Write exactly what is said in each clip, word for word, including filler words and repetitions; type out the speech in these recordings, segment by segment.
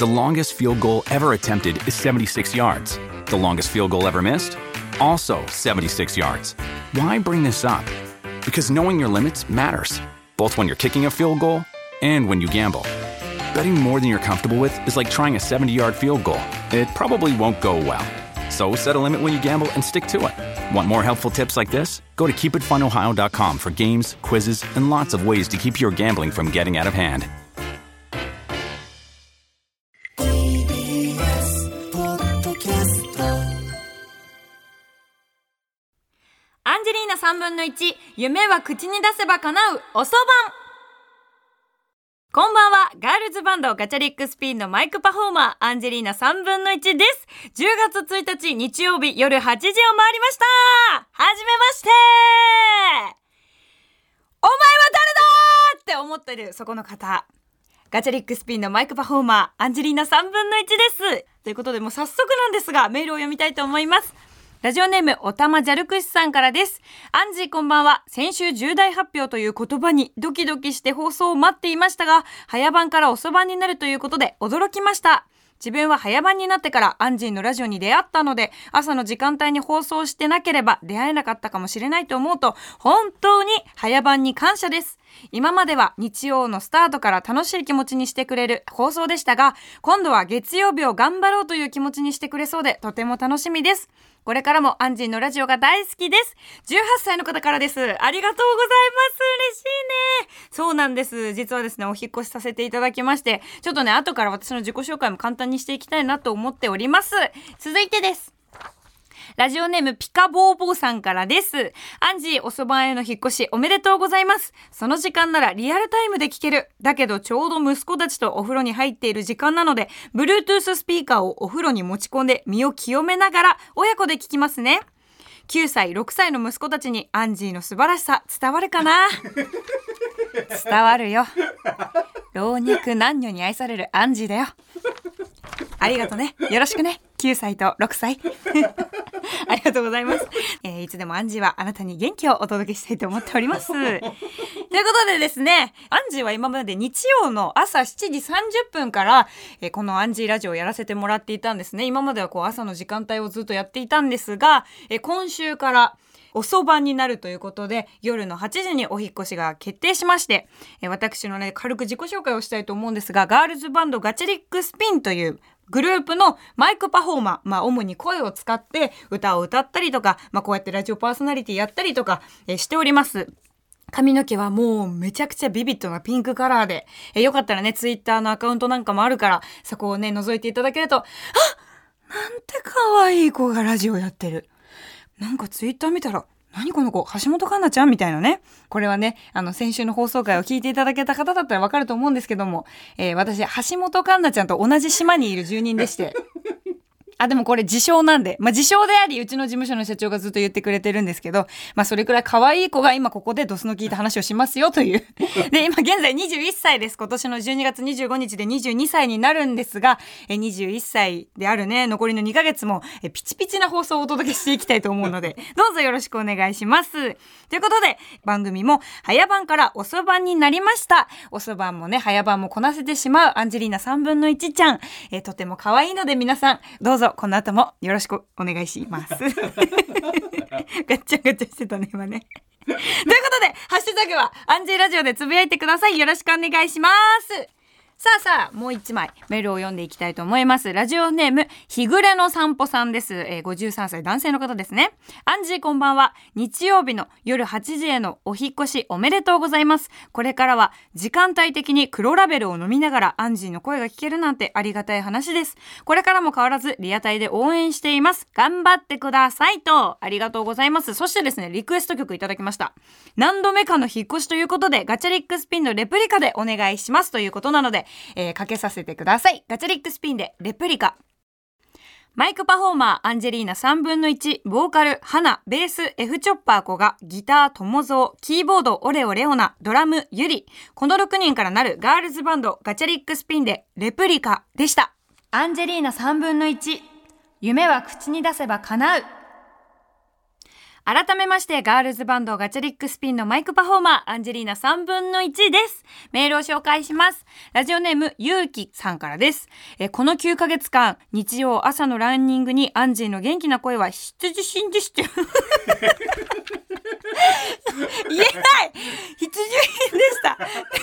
The longest field goal ever attempted is seventy-six yards. The longest field goal ever missed? Also seventy-six yards. Why bring this up? Because knowing your limits matters, both when you're kicking a field goal and when you gamble. Betting more than you're comfortable with is like trying a seventy-yard field goal. It probably won't go well. So set a limit when you gamble and stick to it. Want more helpful tips like this? Go to keep it fun ohio dot com for games, quizzes, and lots of ways to keep your gambling from getting out of hand. アンジェリーナさんぶんのいち、夢は口に出せば叶うおそばん。こんばんは。ガールズバンドガチャリックスピンのマイクパフォーマーアンジェリーナさんぶんのいちです。じゅうがつついたち日曜日夜はちじを回りました。はじめまして。お前は誰だって思ってるそこの方、ガチャリックスピンのマイクパフォーマーアンジェリーナさんぶんのいちです。ということでもう早速なんですがメールを読みたいと思います。ラジオネームおたまじゃるくしさんからです。アンジーこんばんは。先週重大発表という言葉にドキドキして放送を待っていましたが、早番から遅番になるということで驚きました。自分は早番になってからアンジーのラジオに出会ったので、朝の時間帯に放送してなければ出会えなかったかもしれないと思うと、本当に早番に感謝です。今までは日曜のスタートから楽しい気持ちにしてくれる放送でしたが、今度は月曜日を頑張ろうという気持ちにしてくれそうでとても楽しみです。これからもアンジーのラジオが大好きです。じゅうはっさいの方からです。ありがとうございます。嬉しいね。そうなんです。実はですね、お引っ越しさせていただきまして、ちょっとね、後から私の自己紹介も簡単にしていきたいなと思っております。続いてです。ラジオネームピカボーボーさんからです。アンジーおそばへの引っ越しおめでとうございます。その時間ならリアルタイムで聞ける。だけどちょうど息子たちとお風呂に入っている時間なので Bluetooth スピーカーをお風呂に持ち込んで身を清めながら親子で聞きますね。きゅうさいろくさいの息子たちにアンジーの素晴らしさ伝わるかな。伝わるよ。老若男女に愛されるアンジーだよ。ありがとね。よろしくね。きゅうさいとろくさいありがとうございます、えー、いつでもアンジーはあなたに元気をお届けしたいと思っておりますということでですね、アンジーは今まで日曜の朝しちじさんじゅっぷんから、えー、このアンジーラジオをやらせてもらっていたんですね。今まではこう朝の時間帯をずっとやっていたんですが、えー、今週から遅番になるということで夜のはちじにお引越しが決定しまして、えー、私のね軽く自己紹介をしたいと思うんですが、ガールズバンドガチャリックスピンというグループのマイクパフォーマー、まあ主に声を使って歌を歌ったりとか、まあこうやってラジオパーソナリティやったりとか、えー、しております。髪の毛はもうめちゃくちゃビビッドなピンクカラーで、えー、よかったらねツイッターのアカウントなんかもあるからそこをね覗いていただけると、あ、なんて可愛い子がラジオやってる。なんかツイッター見たら何この子、橋本環奈ちゃんみたいなね。これはね、あの、先週の放送回を聞いていただけた方だったらわかると思うんですけども、えー、私、橋本環奈ちゃんと同じ島にいる住人でして、あ、でもこれ自称なんで、まあ自称であり、うちの事務所の社長がずっと言ってくれてるんですけど、まあそれくらい可愛い子が今ここでドスの効いた話をしますよという。で、今現在にじゅういっさいです。今年のじゅうにがつにじゅうごにちでにじゅうにさいになるんですが、えにじゅういっさいであるね、残りのにかげつもえピチピチな放送をお届けしていきたいと思うので、どうぞよろしくお願いします。ということで、番組も早番から遅番になりました。遅番もね、早番もこなせてしまうアンジェリーナさんぶんのいちちゃん。えとても可愛いので皆さん、どうぞこの後もよろしくお願いします。ガッチャガチャしてたね、今ね。ということで、ハッシュタグはアンジーラジオでつぶやいてください。よろしくお願いします。さあさあ、もう一枚メールを読んでいきたいと思います。ラジオネーム日暮れの散歩さんです、えー、ごじゅうさんさい男性の方ですね。アンジーこんばんは。日曜日の夜はちじへのお引越しおめでとうございます。これからは時間帯的に黒ラベルを飲みながらアンジーの声が聞けるなんてありがたい話です。これからも変わらずリアタイで応援しています。頑張ってくださいと。ありがとうございます。そしてですね、リクエスト曲いただきました。何度目かの引っ越しということでガチャリックスピンのレプリカでお願いしますということなので、えー、かけさせてください。ガチャリックスピンでレプリカ。マイクパフォーマーアンジェリーナさんぶんのいち、ボーカル花、ベース F チョッパー子が、ギター友蔵、キーボードオレオレオナ、ドラムユリ、このろくにんからなるガールズバンドガチャリックスピンでレプリカでした。アンジェリーナさんぶんのいち、夢は口に出せば叶う。 改めましてガールズバンドガチャリックスピンのマイクパフォーマーアンジェリーナさんぶんのいちです。メールを紹介します。ラジオネームゆうきさんからです。えこのきゅうかげつかん日曜朝のランニングにアンジーの元気な声は必需品でした言えない必需品でした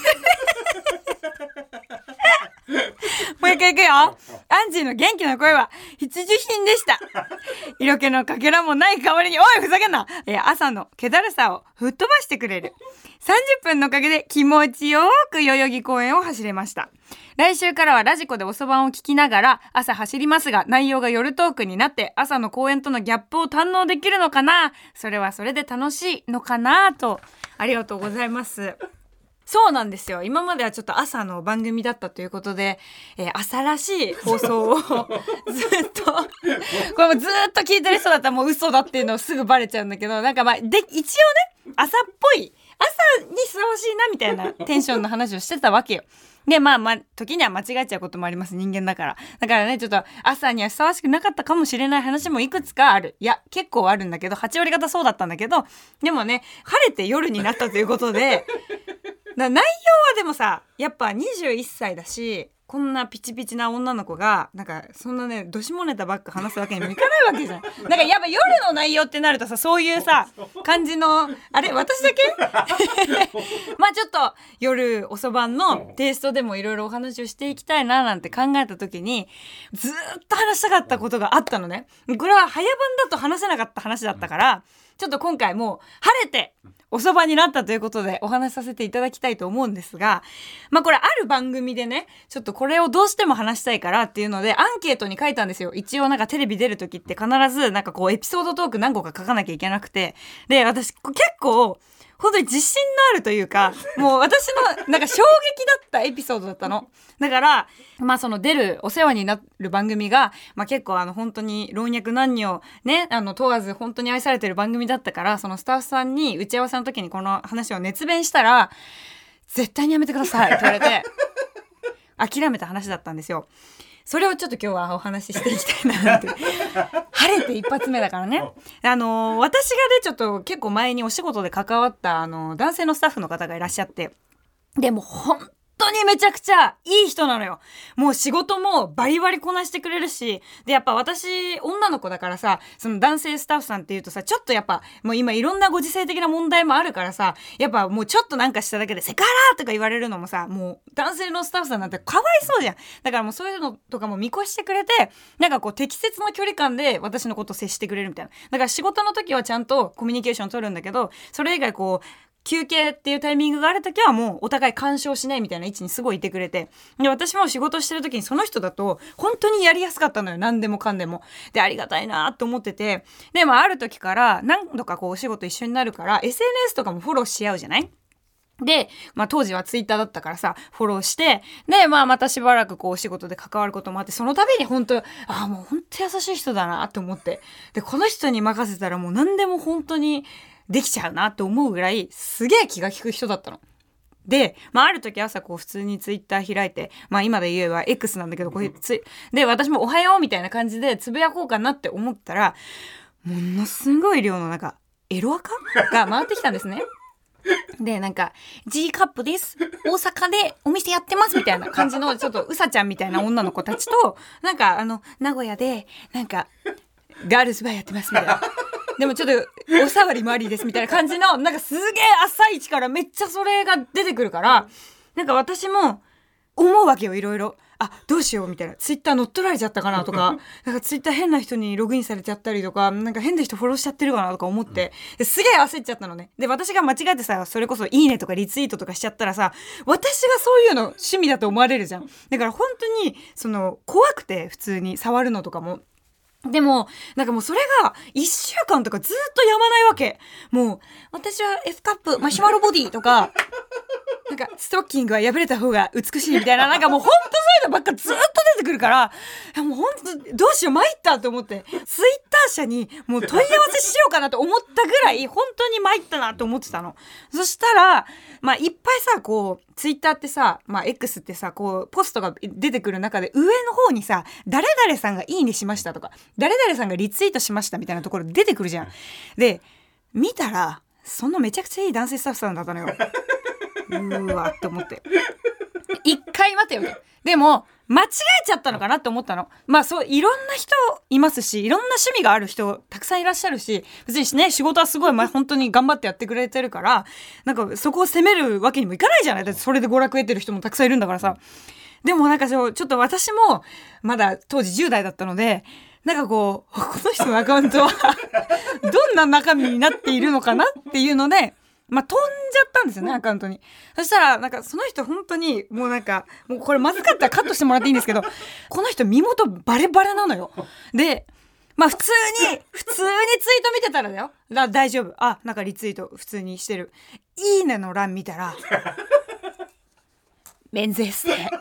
もう一回いくよ。アンジーの元気な声は必需品でした。色気のかけらもない代わりに、おいふざけんな、えー、朝の気だるさを吹っ飛ばしてくれる。さんじゅっぷんのおかげで気持ちよく代々木公園を走れました。来週からはラジコでおそばんを聞きながら朝走りますが、内容が夜トークになって朝の公演とのギャップを堪能できるのかな。それはそれで楽しいのかなと。ありがとうございます。そうなんですよ。今まではちょっと朝の番組だったということで、えー、朝らしい放送をずっとこれもずっと聞いてる人だったらもう嘘だっていうのをすぐバレちゃうんだけど、なんかまあで一応ね、朝っぽい、朝にふさわしいなみたいなテンションの話をしてたわけよ。でまあまあ時には間違えちゃうこともあります、人間だから。だからね、ちょっと朝にはふさわしくなかったかもしれない話もいくつかある。いや結構あるんだけど、はち割方そうだったんだけど、でもね晴れて夜になったということで内容はでもさ、やっぱにじゅういっさいだし、こんなピチピチな女の子がなんかそんなねどしもネタばっか話すわけにもいかないわけじゃん。なんかやっぱ夜の内容ってなるとさ、そういうさ感じのあれ私だけまあちょっと夜おそばんのテイストでもいろいろお話をしていきたいななんて考えた時に、ずっと話したかったことがあったのね。これは早番だと話せなかった話だったから、ちょっと今回もう晴れておそばになったということでお話しさせていただきたいと思うんですが、まあこれある番組でね、ちょっとこれをどうしても話したいからっていうのでアンケートに書いたんですよ。一応なんかテレビ出る時って必ずなんかこうエピソードトーク何個か書かなきゃいけなくて、で私結構本当に自信のあるというか、もう私のなんか衝撃だったエピソードだったの。だからまあその出るお世話になる番組が、まあ結構あの本当に老若男女ね、あの問わず本当に愛されてる番組だったから、そのスタッフさんに打ち合わせの時にこの話を熱弁したら、絶対にやめてくださいって言われて諦めた話だったんですよ。それをちょっと今日はお話ししていきたいなって晴れて一発目だからね。あの私がねちょっと結構前にお仕事で関わったあの男性のスタッフの方がいらっしゃって、でも本当にめちゃくちゃいい人なのよ。もう仕事もバリバリこなしてくれるし、でやっぱ私女の子だからさ、その男性スタッフさんっていうとさ、ちょっとやっぱもう今いろんなご時世的な問題もあるからさ、やっぱもうちょっとなんかしただけでセカラーとか言われるのもさ、もう男性のスタッフさんなんてかわいそうじゃん。だからもうそういうのとかも見越してくれて、なんかこう適切な距離感で私のことを接してくれるみたいな。だから仕事の時はちゃんとコミュニケーション取るんだけど、それ以外こう休憩っていうタイミングがあるときはもうお互い干渉しないみたいな位置にすごいいてくれて、で私も仕事してるときにその人だと本当にやりやすかったのよ。何でもかんでも。でありがたいなと思ってて、でもある時から何度かこうお仕事一緒になるから エスエヌエス とかもフォローし合うじゃない。で、まあ当時はツイッターだったからさ、フォローして、で、まあまたしばらくこうお仕事で関わることもあって、その度に本当、ああもう本当優しい人だなと思って、で、この人に任せたらもう何でも本当にできちゃうなって思うぐらいすげえ気が利く人だったの。で、まあある時朝こう普通にツイッター開いて、まあ今で言えば X なんだけど、こうつで私もおはようみたいな感じでつぶやこうかなって思ったら、ものすごい量のなんかエロアカが回ってきたんですね。でなんか G カップです大阪でお店やってますみたいな感じのちょっとうさちゃんみたいな女の子たちと、なんかあの名古屋でなんかガールズバーやってますみたいな、でもちょっとおさわりもありですみたいな感じの、なんかすげえ浅い位置からめっちゃそれが出てくるから、なんか私も思うわけよ、いろいろ。あ、どうしようみたいな、ツイッター乗っ取られちゃったかなとか、なんかツイッター変な人にログインされちゃったりとか、なんか変な人フォローしちゃってるかなとか思って、ですげえ焦っちゃったのね。で私が間違えてさ、それこそいいねとかリツイートとかしちゃったらさ、私がそういうの趣味だと思われるじゃん。だから本当にその怖くて、普通に触るのとかも。でもなんかもうそれがいっしゅうかんとかずっとやまないわけ。もう私は F カップマシュマロボディとかなんかストッキングは破れた方が美しいみたいな、なんかもうほんとそういうのばっかずっと出てくるから、いやもうほんとどうしよう参ったと思って、ツイッター社にもう問い合わせしようかなと思ったぐらい本当に参ったなと思ってたの。そしたらまあいっぱいさ、こうツイッターってさ、まあ X ってさ、こうポストが出てくる中で上の方にさ、誰々さんがいいねしましたとか、誰々さんがリツイートしましたみたいなところ出てくるじゃん。で見たらそのめちゃくちゃいい男性スタッフさんだったのよ。うーわって思って一回待てよと。でも間違えちゃったのかなって思ったの。まあそういろんな人いますし、いろんな趣味がある人たくさんいらっしゃるし、別にね仕事はすごい、まあ、本当に頑張ってやってくれてるから、なんかそこを責めるわけにもいかないじゃない。だってそれで娯楽得てる人もたくさんいるんだからさ。でもなんかそうちょっと私もまだ当時じゅう代だったので、なんかこうこの人のアカウントはどんな中身になっているのかなっていうので、まあ、飛んじゃったんですよね、アカウントに。そしたらなんかその人本当にもうなんかもうこれまずかったらカットしてもらっていいんですけど、この人身元バレバレなのよ。でまあ普通に普通にツイート見てたらだよ、だ大丈夫。あ、なんかリツイート普通にしてる。いいねの欄見たらメンズエステ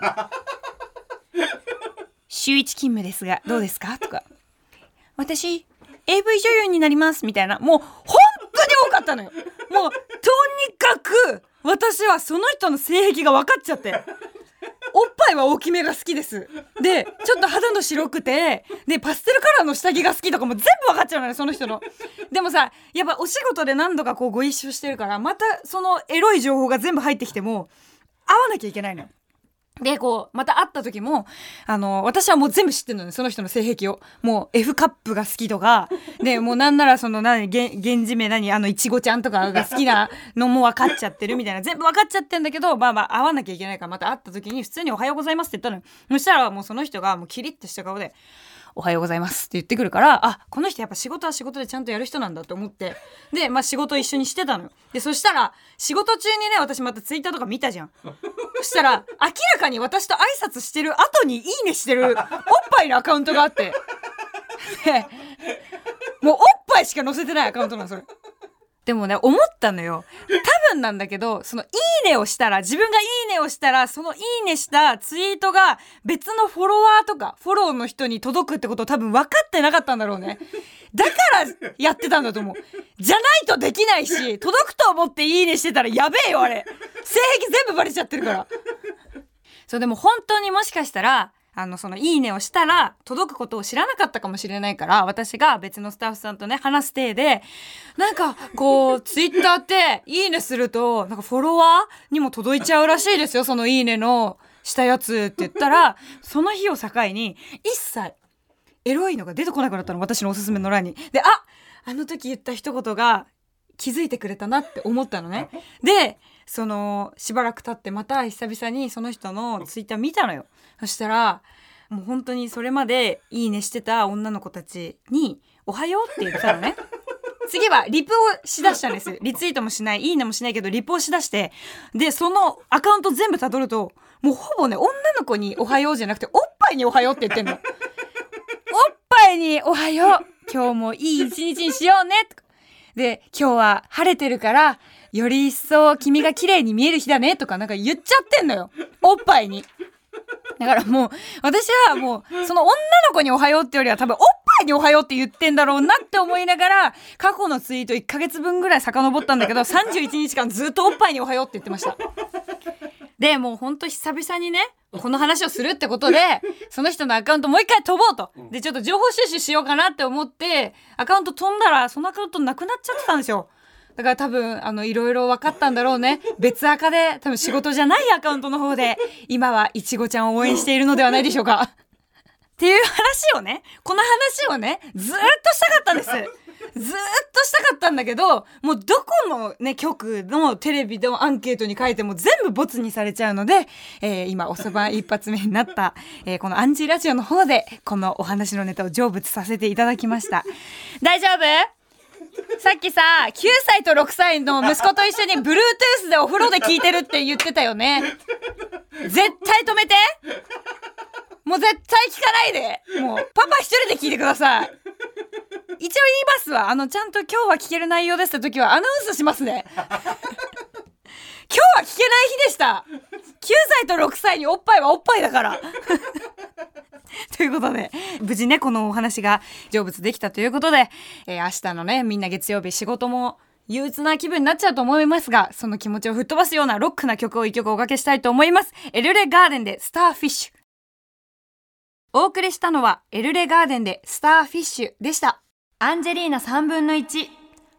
週一勤務ですがどうですかとか、私 エーブイ 女優になりますみたいな、もう本当に多かったのよ。もうとにかく私はその人の性癖が分かっちゃって、おっぱいは大きめが好きです。でちょっと肌の白くてでパステルカラーの下着が好きとかも全部分かっちゃうのよ、その人の。でもさやっぱお仕事で何度かこうご一緒してるから、またそのエロい情報が全部入ってきても会わなきゃいけないのよ。でこうまた会った時もあの私はもう全部知ってるのね、その人の性癖を。もう F カップが好きとかで、もうなんならその何源氏名何あのいちごちゃんとかが好きなのも分かっちゃってるみたいな、全部分かっちゃってんだけど、まあまあ会わなきゃいけないから、また会った時に普通におはようございますって言ったのよ。そしたらもうその人がもうキリッとした顔でおはようございますって言ってくるから、あ、この人やっぱ仕事は仕事でちゃんとやる人なんだと思って、でまあ仕事一緒にしてたのよ。でそしたら仕事中にね私またツイッターとか見たじゃん。そしたら明らかに私と挨拶してる後にいいねしてるおっぱいのアカウントがあってでもうおっぱいしか載せてないアカウントなのそれ。でもね思ったのよ、多分なんだけど、そのいいねをしたら自分がいいねをしたらそのいいねしたツイートが別のフォロワーとかフォローの人に届くってことを多分分かってなかったんだろうね。だからやってたんだと思う。じゃないとできないし、届くと思っていいねしてたらやべえよあれ、性癖全部バレちゃってるから。そうでも本当にもしかしたらあのそのいいねをしたら届くことを知らなかったかもしれないから、私が別のスタッフさんとね話す体でなんかこうツイッターっていいねするとなんかフォロワーにも届いちゃうらしいですよ、そのいいねのしたやつって言ったらその日を境に一切エロいのが出てこなくなったの、私のおすすめの欄に。で、あ、あの時言った一言が気づいてくれたなって思ったのね。でそのしばらく経ってまた久々にその人のツイッター見たのよ。そしたらもう本当にそれまでいいねしてた女の子たちにおはようって言ったのね。次はリプをしだしたんです。リツイートもしない、いいねもしないけどリプをしだして、でそのアカウント全部たどるともうほぼね女の子におはようじゃなくておっぱいにおはようって言ってんの。おっぱいにおはよう、今日もいい一日にしようねとかで、今日は晴れてるからより一層君が綺麗に見える日だねとかなんか言っちゃってんのよ、おっぱいに。だからもう私はもうその女の子におはようってよりは多分おっぱいにおはようって言ってんだろうなって思いながら過去のツイートいっかげつぶんぐらい遡ったんだけどさんじゅういちにちかんずっとおっぱいにおはようって言ってました。でもうほんと久々にねこの話をするってことでその人のアカウントもう一回飛ぼうと、でちょっと情報収集しようかなって思ってアカウント飛んだらそのアカウントなくなっちゃってたんですよ。だから多分あのいろいろ分かったんだろうね。別アカで多分仕事じゃないアカウントの方で今はいちごちゃんを応援しているのではないでしょうかっていう話をね、この話をねずーっとしたかったんです。ずーっとしたかったんだけど、もうどこのね局のテレビのアンケートに書いても全部ボツにされちゃうので、えー、今おそば一発目になった、えー、このアンジーラジオの方でこのお話のネタを成仏させていただきました。大丈夫？さっきさきゅうさいとろくさいの息子と一緒に Bluetooth でお風呂で聞いてるって言ってたよね。絶対止めて、もう絶対聞かないで、もうパパ一人で聞いてください。一応言いますわ、あのちゃんと今日は聞ける内容ですって時はアナウンスしますね。今日は聞けない日でした。きゅうさいとろくさいにおっぱいはおっぱいだからということで無事ねこのお話が成仏できたということで、えー、明日のねみんな月曜日仕事も憂鬱な気分になっちゃうと思いますが、その気持ちを吹っ飛ばすようなロックな曲を一曲おかけしたいと思います。エルレガーデンでスターフィッシュ。お送りしたのはエルレガーデンでスターフィッシュでした。アンジェリーナさんぶんのいち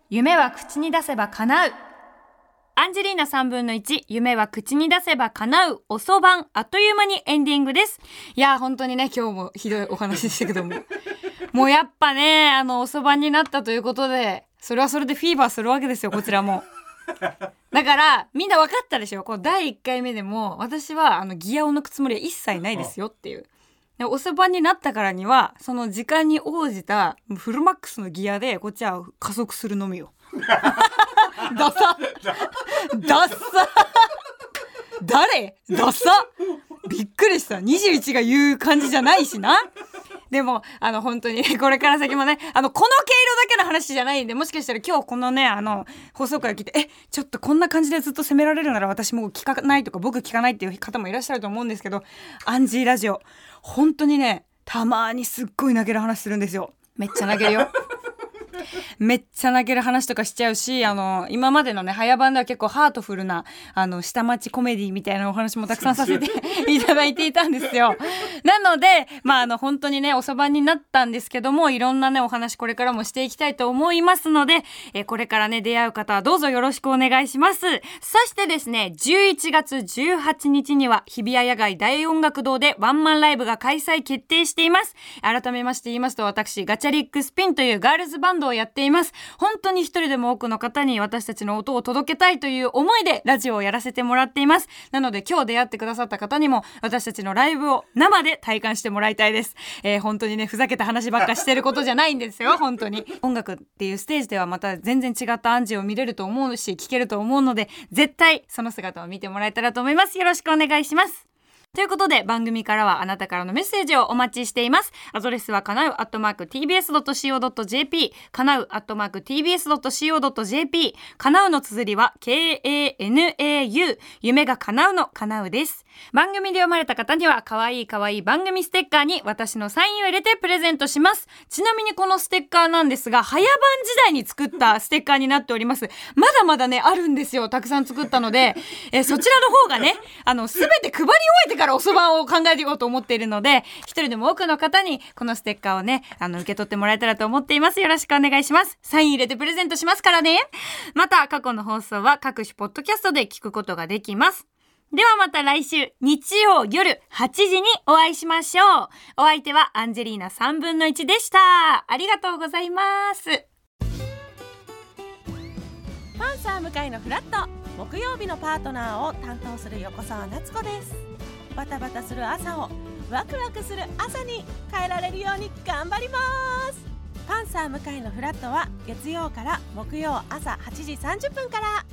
夢は口に出せば叶う。アンジェリーナさんぶんのいち、夢は口に出せば叶う遅番、あっという間にエンディングです。いやー本当にね、今日もひどいお話でしたけどももうやっぱね、あの遅番になったということで、それはそれでフィーバーするわけですよ、こちらもだからみんな分かったでしょ、こうだいいっかいめでも私はあのギアを抜くつもりは一切ないですよっていう。で遅番になったからにはその時間に応じたフルマックスのギアでこっちは加速するのみよダサダッサ誰ダッサびっくりした。にじゅういちが言う感じじゃないしな。でもあの本当にこれから先もね、あのこの毛色だけの話じゃないんで、もしかしたら今日このねあの放送回を聞いて、えちょっとこんな感じでずっと責められるなら私も聞かないとか僕聞かないっていう方もいらっしゃると思うんですけど、アンジーラジオ本当にねたまにすっごい泣ける話するんですよ。めっちゃ泣けるよめっちゃ泣ける話とかしちゃうし、あの今までのね早番では結構ハートフルなあの下町コメディみたいなお話もたくさんさせていただいていたんですよ。なのでまああの本当にね遅番になったんですけども、いろんなねお話これからもしていきたいと思いますので、えこれからね出会う方はどうぞよろしくお願いします。そしてですね、じゅういちがつじゅうはちにちには日比谷野外大音楽堂でワンマンライブが開催決定しています。改めまして言いますと、私ガチャリックスピンというガールズバンドをやっています。本当に一人でも多くの方に私たちの音を届けたいという思いでラジオをやらせてもらっています。なので今日出会ってくださった方にも私たちのライブを生で体感してもらいたいです。えー、本当にねふざけた話ばっかしてることじゃないんですよ本当に。音楽っていうステージではまた全然違ったアンジーを見れると思うし聞けると思うので、絶対その姿を見てもらえたらと思います。よろしくお願いします。ということで番組からはあなたからのメッセージをお待ちしています。アドレスはかなうアットマーク ティービーエスドットシーオードットジェーピー かなうアットマーク ティービーエスドットシーオードットジェーピー かなうの綴りは ケーエーエヌエーユー 夢が叶うのかなうです。番組で読まれた方には可愛い可愛い番組ステッカーに私のサインを入れてプレゼントします。ちなみにこのステッカーなんですが早番時代に作ったステッカーになっております。まだまだねあるんですよ、たくさん作ったので、えそちらの方がねあの全て配り終えてから遅番を考えていこうと思っているので、一人でも多くの方にこのステッカーをねあの受け取ってもらえたらと思っています。よろしくお願いします。サイン入れてプレゼントしますからね。また過去の放送は各種ポッドキャストで聞くことができます。ではまた来週日曜夜はちじにお会いしましょう。お相手はアンジェリーナさんぶんのいちでした。ありがとうございます。 パンサー向井のフラット、木曜日のパートナーを担当する横澤夏子です。バタバタする朝をワクワクする朝に変えられるように頑張ります。パンサー向井のフラットは月曜から木曜朝はちじさんじゅっぷんから。